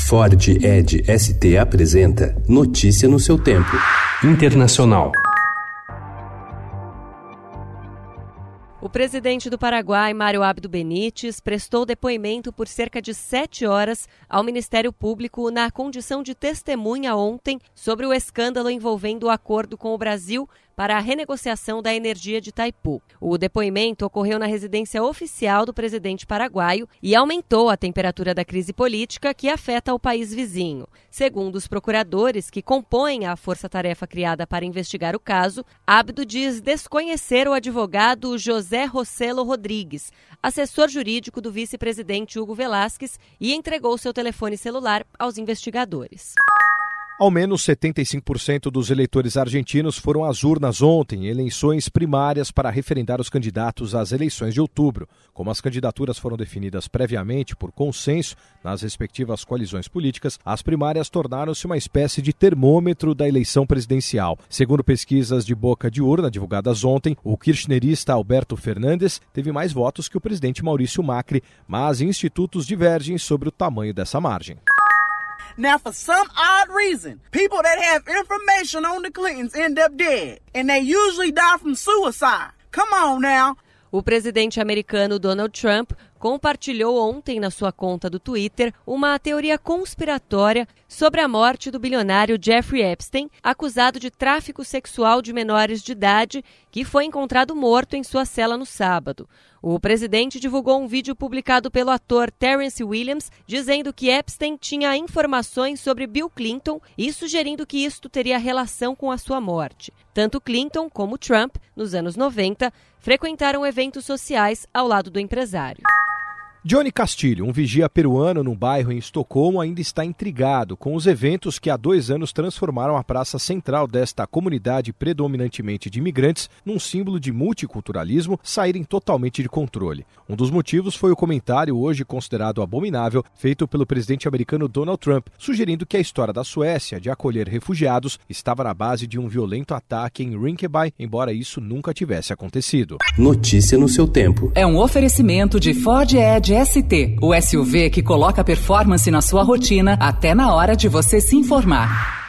Ford Edge ST apresenta Notícia no seu tempo. Internacional. O presidente do Paraguai, Mário Abdo Benítez, prestou depoimento por cerca de 7 horas ao Ministério Público na condição de testemunha ontem sobre o escândalo envolvendo o acordo com o Brasil para a renegociação da energia de Itaipu. O depoimento ocorreu na residência oficial do presidente paraguaio e aumentou a temperatura da crise política que afeta o país vizinho. Segundo os procuradores que compõem a força-tarefa criada para investigar o caso, Abdo diz desconhecer o advogado José Rossello Rodrigues, assessor jurídico do vice-presidente Hugo Velásquez, e entregou seu telefone celular aos investigadores. Ao menos 75% dos eleitores argentinos foram às urnas ontem em eleições primárias para referendar os candidatos às eleições de outubro. Como as candidaturas foram definidas previamente por consenso nas respectivas coalizões políticas, as primárias tornaram-se uma espécie de termômetro da eleição presidencial. Segundo pesquisas de boca de urna divulgadas ontem, o kirchnerista Alberto Fernandes teve mais votos que o presidente Maurício Macri, mas institutos divergem sobre o tamanho dessa margem. Now, for some odd reason, people that have information on the Clintons end up dead, and they usually die from suicide. Come on now. O presidente americano Donald Trump compartilhou ontem na sua conta do Twitter uma teoria conspiratória sobre a morte do bilionário Jeffrey Epstein, acusado de tráfico sexual de menores de idade, que foi encontrado morto em sua cela no sábado. O presidente divulgou um vídeo publicado pelo ator Terrence Williams, dizendo que Epstein tinha informações sobre Bill Clinton e sugerindo que isto teria relação com a sua morte. Tanto Clinton como Trump, nos anos 90, frequentaram eventos sociais ao lado do empresário. Johnny Castilho, um vigia peruano num bairro em Estocolmo, ainda está intrigado com os eventos que há 2 anos transformaram a praça central desta comunidade predominantemente de imigrantes num símbolo de multiculturalismo saírem totalmente de controle. Um dos motivos foi o comentário, hoje considerado abominável, feito pelo presidente americano Donald Trump, sugerindo que a história da Suécia de acolher refugiados estava na base de um violento ataque em Rinkeby, embora isso nunca tivesse acontecido. Notícia no seu tempo. É um oferecimento de Ford Edge ST, o SUV que coloca performance na sua rotina até na hora de você se informar.